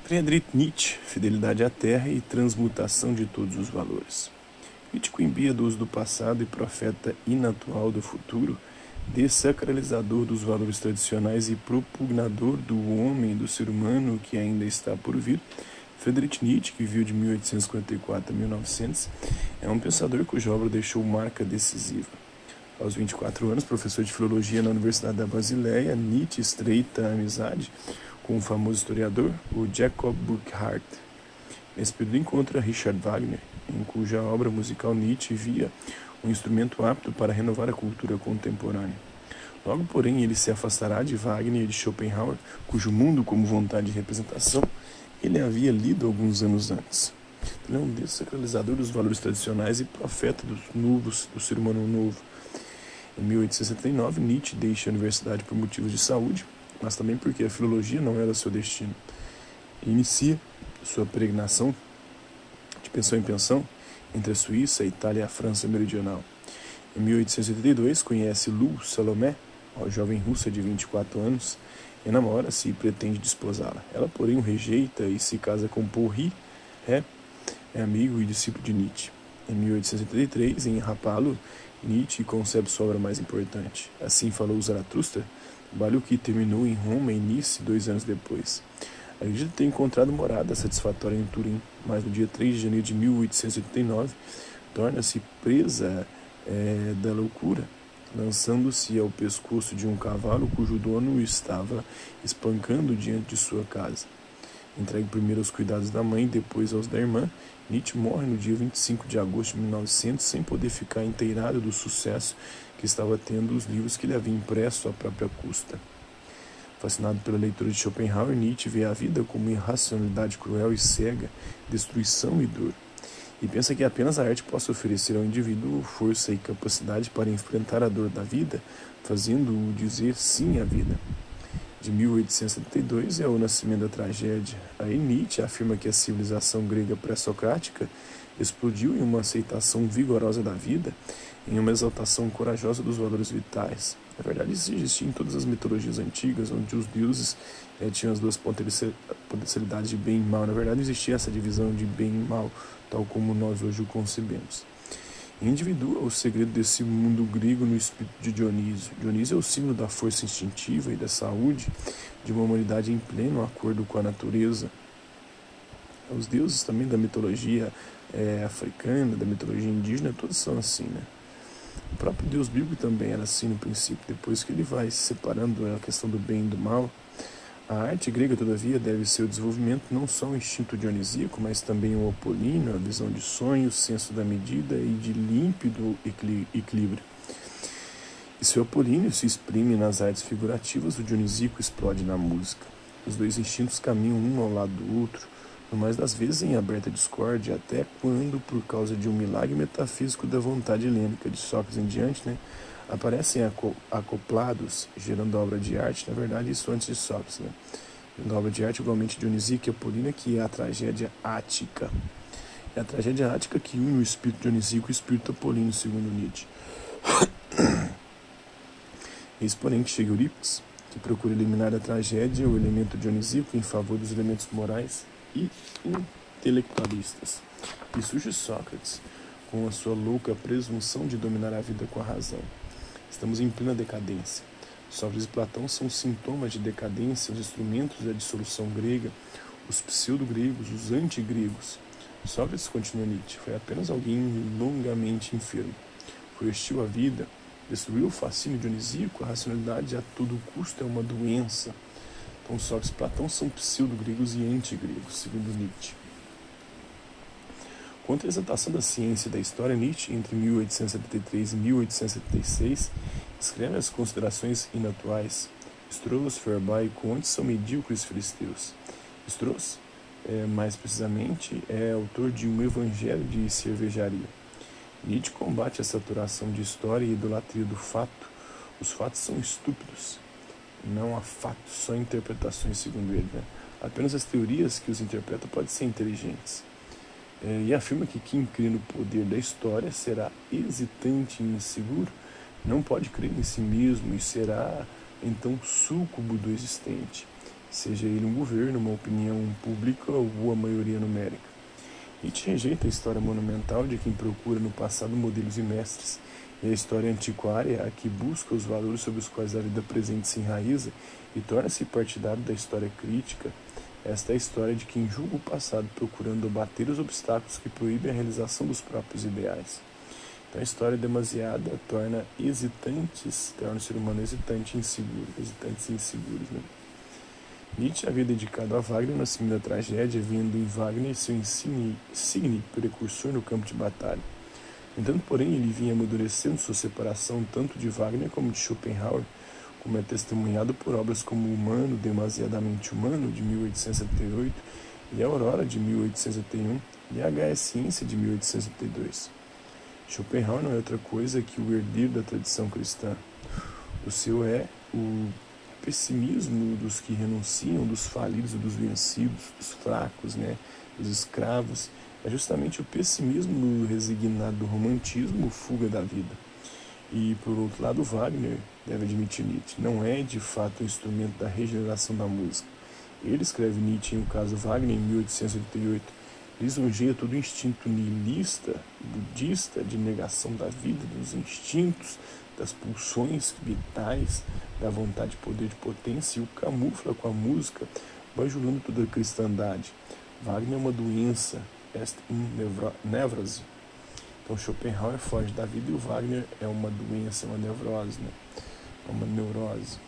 Friedrich Nietzsche, fidelidade à terra e transmutação de todos os valores. Crítico impiedoso do passado e profeta inatual do futuro, dessacralizador dos valores tradicionais e propugnador do homem, do ser humano que ainda está por vir, Friedrich Nietzsche, que viveu de 1854 a 1900, é um pensador cuja obra deixou marca decisiva. Aos 24 anos, professor de filologia na Universidade da Basileia, Nietzsche estreita amizade com o famoso historiador, o Jacob Burckhardt. Nesse período encontra Richard Wagner, em cuja obra musical Nietzsche via um instrumento apto para renovar a cultura contemporânea. Logo, porém, ele se afastará de Wagner e de Schopenhauer, cujo mundo como vontade de representação ele havia lido alguns anos antes. Ele é um dessacralizador dos valores tradicionais e profeta dos novos, do ser humano novo. Em 1869, Nietzsche deixa a universidade por motivos de saúde, mas também porque a filologia não era seu destino. Inicia sua peregrinação de pensão em pensão entre a Suíça, a Itália e a França meridional. Em 1882, conhece Lou Salomé, uma jovem russa de 24 anos, enamora-se e pretende desposá-la. Ela, porém, o rejeita e se casa com Paul Ricoeur, é amigo e discípulo de Nietzsche. Em 1883, em Rapallo, Nietzsche concebe sua obra mais importante. Assim falou Zaratustra, trabalho que terminou em Roma e Nice 2 anos depois. Acredita ter encontrado morada satisfatória em Turim, mas no dia 3 de janeiro de 1889 torna-se presa da loucura, lançando-se ao pescoço de um cavalo cujo dono o estava espancando diante de sua casa. Entregue primeiro aos cuidados da mãe, depois aos da irmã, Nietzsche morre no dia 25 de agosto de 1900 sem poder ficar inteirado do sucesso que estava tendo os livros que ele havia impresso à própria custa. Fascinado pela leitura de Schopenhauer, Nietzsche vê a vida como irracionalidade cruel e cega, destruição e dor. E pensa que apenas a arte possa oferecer ao indivíduo força e capacidade para enfrentar a dor da vida, fazendo-o dizer sim à vida. De 1872 é o nascimento da tragédia. Aí Nietzsche afirma que a civilização grega pré-socrática explodiu em uma aceitação vigorosa da vida, em uma exaltação corajosa dos valores vitais. Na verdade, isso existia em todas as mitologias antigas, onde os deuses tinham as duas potencialidades de bem e mal. Na verdade, existia essa divisão de bem e mal, tal como nós hoje o concebemos. Individua o segredo desse mundo grego no espírito de Dionísio. Dionísio é o símbolo da força instintiva e da saúde de uma humanidade em pleno acordo com a natureza. Os deuses também da mitologia africana, da mitologia indígena, todos são assim, né? O próprio Deus bíblico também era assim no princípio, depois que ele vai se separando a questão do bem e do mal. A arte grega, todavia, deve ser o desenvolvimento não só o instinto dionisíaco, mas também o apolíneo, a visão de sonho, o senso da medida e de límpido equilíbrio. E se o apolíneo se exprime nas artes figurativas, o dionisíaco explode na música. Os dois instintos caminham um ao lado do outro, no mais das vezes em aberta discórdia, até quando, por causa de um milagre metafísico da vontade helênica de Sócrates em diante, aparecem acoplados, gerando a obra de arte. Na verdade, isso antes de Sócrates, gerando a obra de arte igualmente dionisíaca e apolínea, que é a tragédia ática. É a tragédia ática que une o espírito dionisíaco e o espírito apolíneo, segundo Nietzsche. Eis, porém, que chega Eurípides, que procura eliminar da tragédia o elemento dionisíaco em favor dos elementos morais e intelectualistas. E surge Sócrates, com a sua louca presunção de dominar a vida com a razão. Estamos em plena decadência. Sócrates e Platão são sintomas de decadência, os instrumentos da dissolução grega, os pseudo-gregos, os antigregos. Sócrates, continua Nietzsche, foi apenas alguém longamente enfermo. Foi hostil à vida, destruiu o fascínio dionisíaco, a racionalidade a todo custo é uma doença. Então, Sócrates e Platão são pseudo-gregos e antigregos, segundo Nietzsche. Quanto à exaltação da ciência e da história, Nietzsche, entre 1873 e 1876, escreve as considerações inatuais. Strauss, Feuerbach e Comte são medíocres filisteus. Strauss, mais precisamente, é autor de um evangelho de cervejaria. Nietzsche combate a saturação de história e idolatria do fato. Os fatos são estúpidos. Não há fatos, só interpretações, segundo ele. Apenas as teorias que os interpretam podem ser inteligentes. E afirma que quem crê no poder da história será hesitante e inseguro, não pode crer em si mesmo e será, então, súcubo do existente. seja ele um governo, uma opinião pública ou a maioria numérica. Nietzsche rejeita a história monumental de quem procura no passado modelos e mestres, e a história antiquária, a que busca os valores sobre os quais a vida presente se enraiza e torna-se partidário da história crítica. Esta é a história de quem julga o passado procurando abater os obstáculos que proíbem a realização dos próprios ideais. Então a história demasiada torna o ser humano hesitante e inseguro, hesitantes e inseguros, né? Nietzsche havia dedicado a Wagner o nascimento da tragédia, vendo em Wagner seu insigne precursor no campo de batalha. No entanto, porém, ele vinha amadurecendo sua separação tanto de Wagner como de Schopenhauer, como é testemunhado por obras como O Humano, Demasiadamente Humano, de 1878, e A Aurora, de 1871, e A Gaia Ciência, de 1872. Schopenhauer não é outra coisa que o herdeiro da tradição cristã. O seu é o pessimismo dos que renunciam, dos falidos, dos vencidos, dos fracos, né, dos escravos. É justamente o pessimismo resignado do romantismo, fuga da vida. E, por outro lado, Wagner, deve admitir Nietzsche, não é de fato um instrumento da regeneração da música. Ele escreve Nietzsche em O Caso Wagner, em 1888, lisonjeia todo o instinto nihilista, budista, de negação da vida, dos instintos, das pulsões vitais, da vontade de poder, de potência, e o camufla com a música, bajulando toda a cristandade. Wagner é uma doença, nevrose. Então Schopenhauer foge da vida e o Wagner é uma doença, uma nevrose, né? Uma neurose.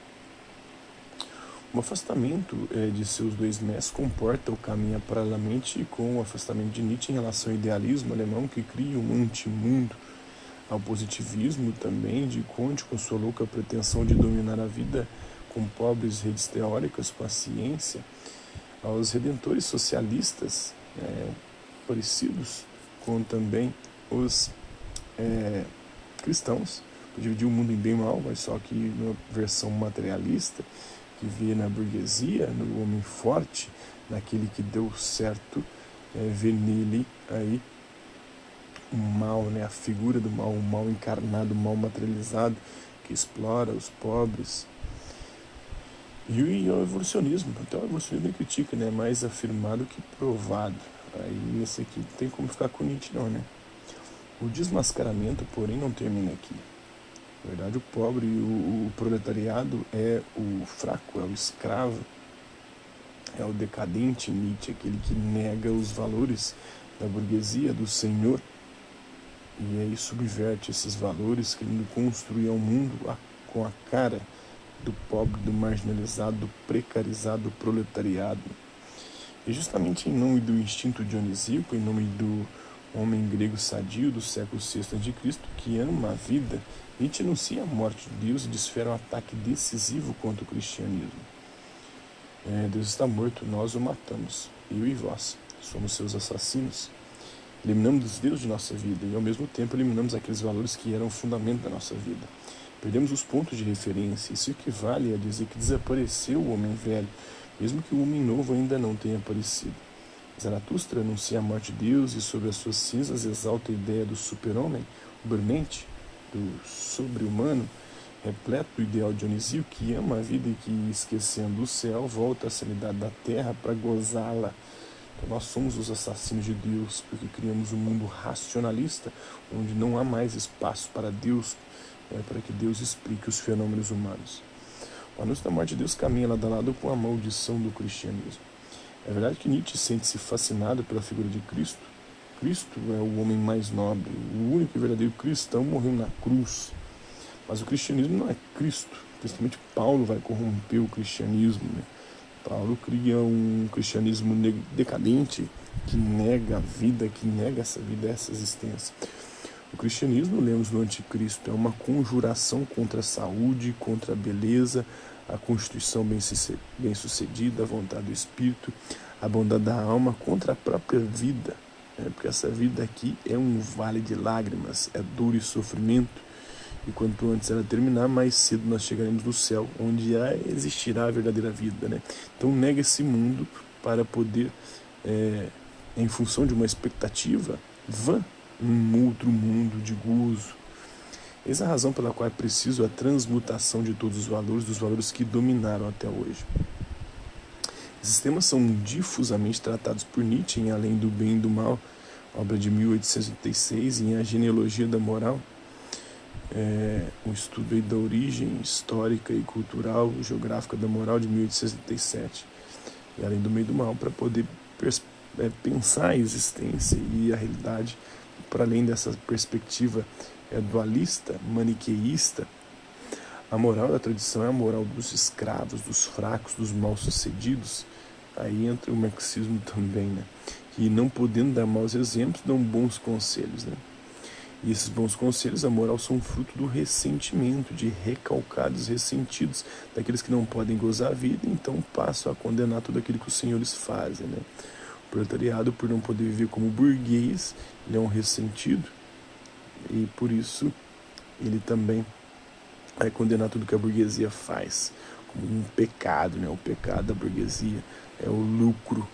O afastamento de seus dois mestres comporta ou caminha paralelamente com o afastamento de Nietzsche em relação ao idealismo alemão, que cria um antimundo, ao positivismo também de Kant, com sua louca pretensão de dominar a vida com pobres redes teóricas, com a ciência, aos redentores socialistas, parecidos com também os cristãos, que dividiu o mundo em bem e mal, mas só que numa versão materialista, que vê na burguesia, no homem forte, naquele que deu certo, vê nele aí o mal, né, a figura do mal, o mal encarnado, o mal materializado, que explora os pobres. E o evolucionismo, então o evolucionismo critica, né, mais afirmado que provado. Aí esse aqui não tem como ficar com Nietzsche não, né? O desmascaramento, porém, não termina aqui. Na verdade, o pobre, o proletariado é o fraco, é o escravo, é o decadente Nietzsche, aquele que nega os valores da burguesia, do senhor, e aí subverte esses valores, querendo construir um mundo com a cara do pobre, do marginalizado, do precarizado, do proletariado. E justamente em nome do instinto dionisíaco, em nome do homem grego sadio do século VI a.C., que ama a vida, Nietzsche anuncia a morte de Deus e desfere um ataque decisivo contra o cristianismo. Deus está morto, nós o matamos, eu e vós, somos seus assassinos. Eliminamos Deus de nossa vida e, ao mesmo tempo, eliminamos aqueles valores que eram o fundamento da nossa vida. Perdemos os pontos de referência. Isso equivale a dizer que desapareceu o homem velho, mesmo que o homem novo ainda não tenha aparecido. Zaratustra anuncia a morte de Deus e, sobre as suas cinzas, exalta a ideia do super-homem, ubermente, do sobre-humano, repleto do ideal dionisíaco, que ama a vida e que, esquecendo o céu, volta à sanidade da terra para gozá-la. Então, nós somos os assassinos de Deus, porque criamos um mundo racionalista, onde não há mais espaço para Deus, para que Deus explique os fenômenos humanos. O anúncio da morte de Deus caminha lado a lado com a maldição do cristianismo. É verdade que Nietzsche sente-se fascinado pela figura de Cristo. Cristo é o homem mais nobre, o único e verdadeiro cristão morreu na cruz. Mas o cristianismo não é Cristo. Principalmente Paulo vai corromper o cristianismo, né? Paulo cria um cristianismo decadente que nega a vida, que nega essa vida, essa existência. O cristianismo, lemos no Anticristo, é uma conjuração contra a saúde, contra a beleza, a constituição bem-sucedida, a vontade do espírito, a bondade da alma, contra a própria vida. Porque essa vida aqui é um vale de lágrimas, é dor e sofrimento. E quanto antes ela terminar, mais cedo nós chegaremos no céu, onde existirá a verdadeira vida, né? Então nega esse mundo para poder, em função de uma expectativa vã, um outro mundo de gozo. Eis a razão pela qual é preciso a transmutação de todos os valores, dos valores que dominaram até hoje. Esses temas são difusamente tratados por Nietzsche em Além do Bem e do Mal, obra de 1886, e em A Genealogia da Moral, um estudo aí da origem histórica e cultural, geográfica da moral, de 1867, e Além do Bem e do Mal, para poder pensar a existência e a realidade para além dessa perspectiva dualista, maniqueísta. A moral da tradição é a moral dos escravos, dos fracos, dos mal-sucedidos. Aí entra o marxismo também, né? Que, não podendo dar maus exemplos, dão bons conselhos, né? E esses bons conselhos, a moral, são fruto do ressentimento, de recalcados ressentidos, daqueles que não podem gozar a vida, então passam a condenar tudo aquilo que os senhores fazem, né? O proletariado, por não poder viver como burguês, ele é um ressentido, e por isso ele também vai condenar tudo que a burguesia faz como um pecado, né? O pecado da burguesia é o lucro,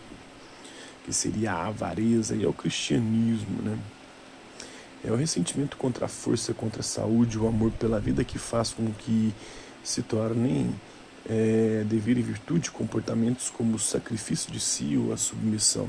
que seria a avareza, e é o cristianismo, né? É o ressentimento contra a força, contra a saúde, o amor pela vida, que faz com que se tornem dever e virtude comportamentos como o sacrifício de si ou a submissão.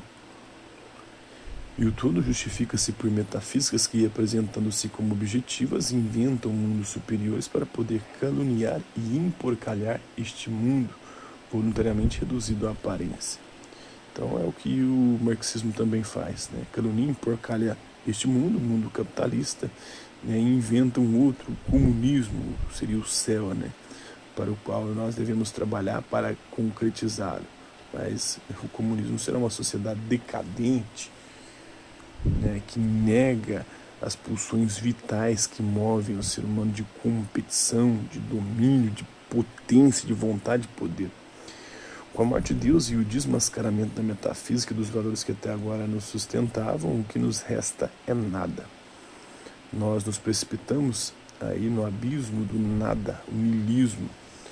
E o todo justifica-se por metafísicas que, apresentando-se como objetivas, inventam mundos superiores para poder caluniar e emporcalhar este mundo, voluntariamente reduzido à aparência. Então é o que o marxismo também faz, né? Calunia e emporcalha este mundo, o mundo capitalista, né? E inventa um outro, o comunismo, seria o céu, né? Para o qual nós devemos trabalhar para concretizá-lo. Mas o comunismo será uma sociedade decadente, né, que nega as pulsões vitais que movem o ser humano, de competição, de domínio, de potência, de vontade de poder. Com a morte de Deus e o desmascaramento da metafísica e dos valores que até agora nos sustentavam, o que nos resta é nada. Nós nos precipitamos aí no abismo do nada, o niilismo.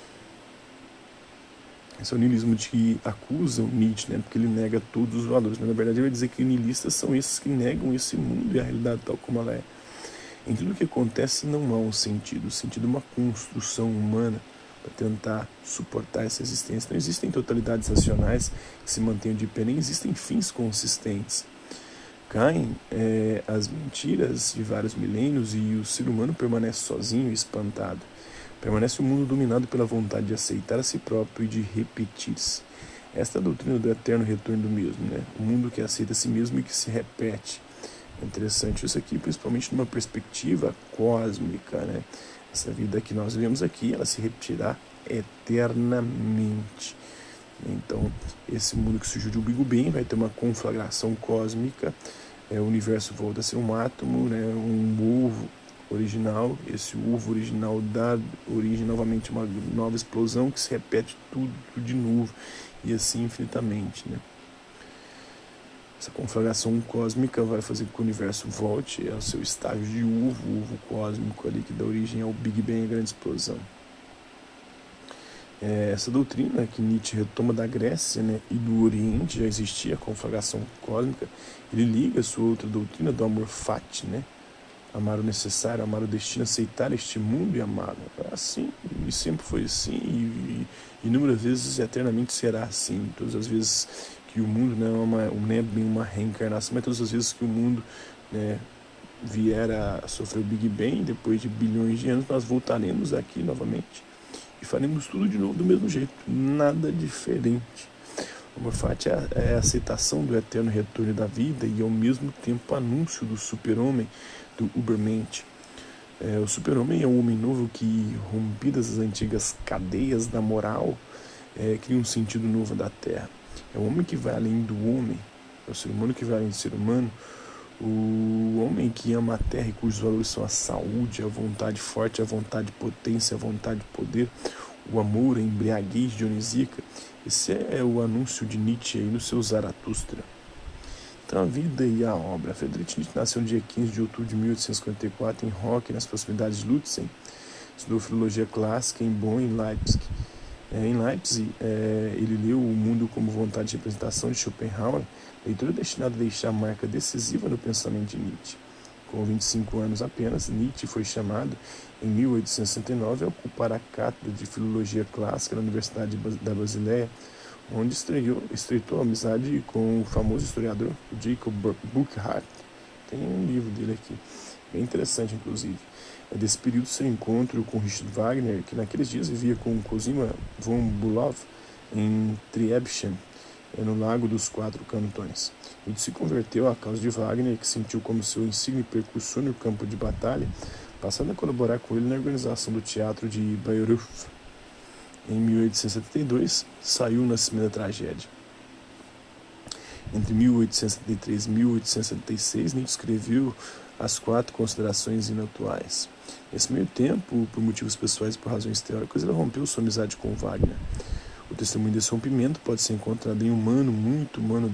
Esse é o niilismo de que acusam Nietzsche, né? Porque ele nega todos os valores. Mas, na verdade, ele vai dizer que niilistas são esses que negam esse mundo e a realidade tal como ela é. Em tudo o que acontece não há um sentido. O sentido é uma construção humana para tentar suportar essa existência. Não existem totalidades racionais que se mantenham de pé, nem existem fins consistentes. Caem as mentiras de vários milênios e o ser humano permanece sozinho e espantado. Permanece o mundo dominado pela vontade de aceitar a si próprio e de repetir-se. Esta é a doutrina do eterno retorno do mesmo, né? O mundo que aceita a si mesmo e que se repete. É interessante isso aqui, principalmente numa perspectiva cósmica, né? Essa vida que nós vivemos aqui, ela se repetirá eternamente. Então, esse mundo que surgiu de um Big Bang vai ter uma conflagração cósmica. O universo volta a ser um átomo, né? Um ovo original. Esse ovo original dá origem novamente a uma nova explosão que se repete tudo de novo, e assim infinitamente, né? Essa conflagração cósmica vai fazer com que o universo volte ao seu estágio de o ovo cósmico ali, que dá origem ao Big Bang, a grande explosão. Essa doutrina que Nietzsche retoma da Grécia, né, e do Oriente, já existia a conflagração cósmica. Ele liga a sua outra doutrina do amor fati, né? Amar o necessário, amar o destino, aceitar este mundo e amá-lo. É assim, e sempre foi assim, e inúmeras vezes eternamente será assim. Todas as vezes que o mundo não é bem uma reencarnação, mas todas as vezes que o mundo, né, vier a sofrer o Big Bang, depois de bilhões de anos, nós voltaremos aqui novamente e faremos tudo de novo do mesmo jeito, nada diferente. O amor fati é a aceitação do eterno retorno da vida e, ao mesmo tempo, anúncio do super-homem, do Ubermensch. O super-homem é um homem novo que, rompidas as antigas cadeias da moral, cria um sentido novo da Terra. É o homem que vai além do homem, é o ser humano que vai além do ser humano, o homem que ama a Terra e cujos valores são a saúde, a vontade forte, a vontade de potência, a vontade de poder, o amor, a embriaguez dionisíaca. Esse é o anúncio de Nietzsche aí no seu Zaratustra. Então, a vida e a obra. Friedrich Nietzsche nasceu no dia 15 de outubro de 1854 em Rock, nas proximidades de Lutzen. Estudou filologia clássica em Bonn e Leipzig. Em Leipzig, ele leu O Mundo como Vontade de Representação, de Schopenhauer, leitura destinada a deixar marca decisiva no pensamento de Nietzsche. Com 25 anos apenas, Nietzsche foi chamado, em 1869, a ocupar a cátedra de Filologia Clássica na Universidade da Basileia, onde estreitou amizade com o famoso historiador Jacob Burckhardt. Tem um livro dele aqui, bem interessante, inclusive. É desse período seu encontro com Richard Wagner, que naqueles dias vivia com Cosima von Bülow em Triebschen, no Lago dos Quatro Cantões. Ele se converteu à causa de Wagner, que sentiu como seu insigne percursor no campo de batalha, passando a colaborar com ele na organização do teatro de Bayreuth. Em 1872, saiu o nascimento da tragédia. Entre 1873 e 1876, Nietzsche escreveu as 4 considerações inatuais. Nesse meio tempo, por motivos pessoais e por razões teóricas, ele rompeu sua amizade com Wagner. O testemunho desse rompimento pode ser encontrado em Humano, Muito Humano,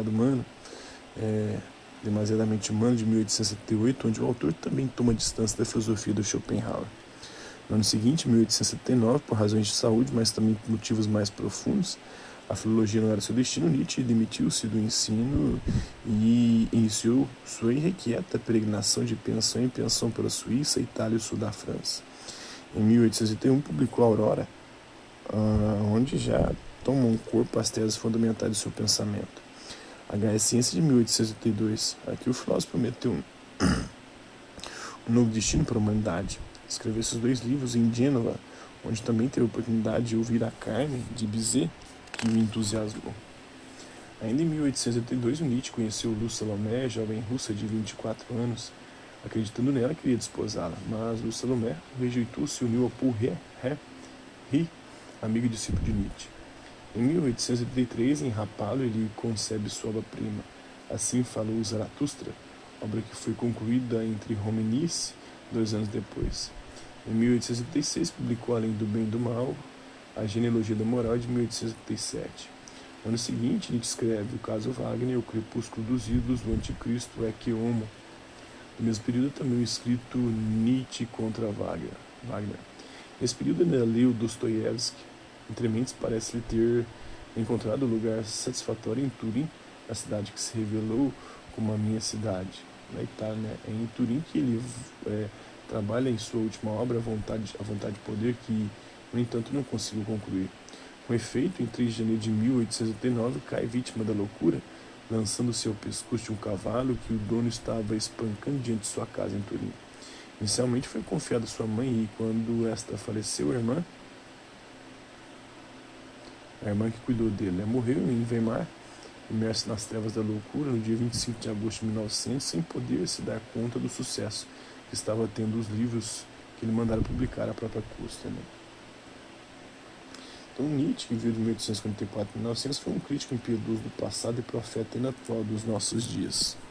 Demasiadamente Humano, de 1878, onde o autor também toma distância da filosofia do Schopenhauer. No ano seguinte, 1879, por razões de saúde, mas também por motivos mais profundos, a filologia não era seu destino, Nietzsche demitiu-se do ensino e iniciou sua irrequieta peregrinação de pensão em pensão pela Suíça, Itália e o sul da França. Em 1881, publicou Aurora, onde já tomam corpo as teses fundamentais do seu pensamento. A Ciência de 1882. Aqui o filósofo prometeu um novo destino para a humanidade. Escreveu esses 2 livros em Gênova, onde também teve a oportunidade de ouvir a Carmen de Bizet, que o entusiasmou. Ainda em 1882, o Nietzsche conheceu Lu Salomé, jovem russa de 24 anos. Acreditando nela, queria desposá-la, mas Lu Salomé rejeitou, se uniu a Paul Ricoeur, amigo e discípulo de Nietzsche. Em 1883, em Rapallo, ele concebe sua obra-prima, Assim Falou Zaratustra, obra que foi concluída entre Roma e Nice 2 anos depois. Em 1886, publicou Além do Bem e do Mal, A Genealogia da Moral, de 1887. No ano seguinte, Nietzsche escreve o caso Wagner, O Crepúsculo dos Ídolos, O Anticristo, Ecce Homo. No mesmo período, também o escrito Nietzsche contra Wagner. Nesse período, ele leu Dostoiévski. Entre mentes, parece-lhe ter encontrado lugar satisfatório em Turim, a cidade que se revelou como a minha cidade, na Itália, né? É em Turim que ele trabalha em sua última obra, A Vontade de Poder, que, no entanto, não conseguiu concluir. Com efeito, em 3 de janeiro de 1879, cai vítima da loucura, lançando-se ao pescoço de um cavalo que o dono estava espancando diante de sua casa em Turim. Inicialmente foi confiado à sua mãe e, quando esta faleceu, a irmã que cuidou dele, morreu em Weimar, imerso nas trevas da loucura, no dia 25 de agosto de 1900, sem poder se dar conta do sucesso que estava tendo os livros que ele mandara publicar a própria custa. Né? Então, Nietzsche, que viveu de 1854 a 1900, foi um crítico impiedoso do passado e profeta inatual dos nossos dias.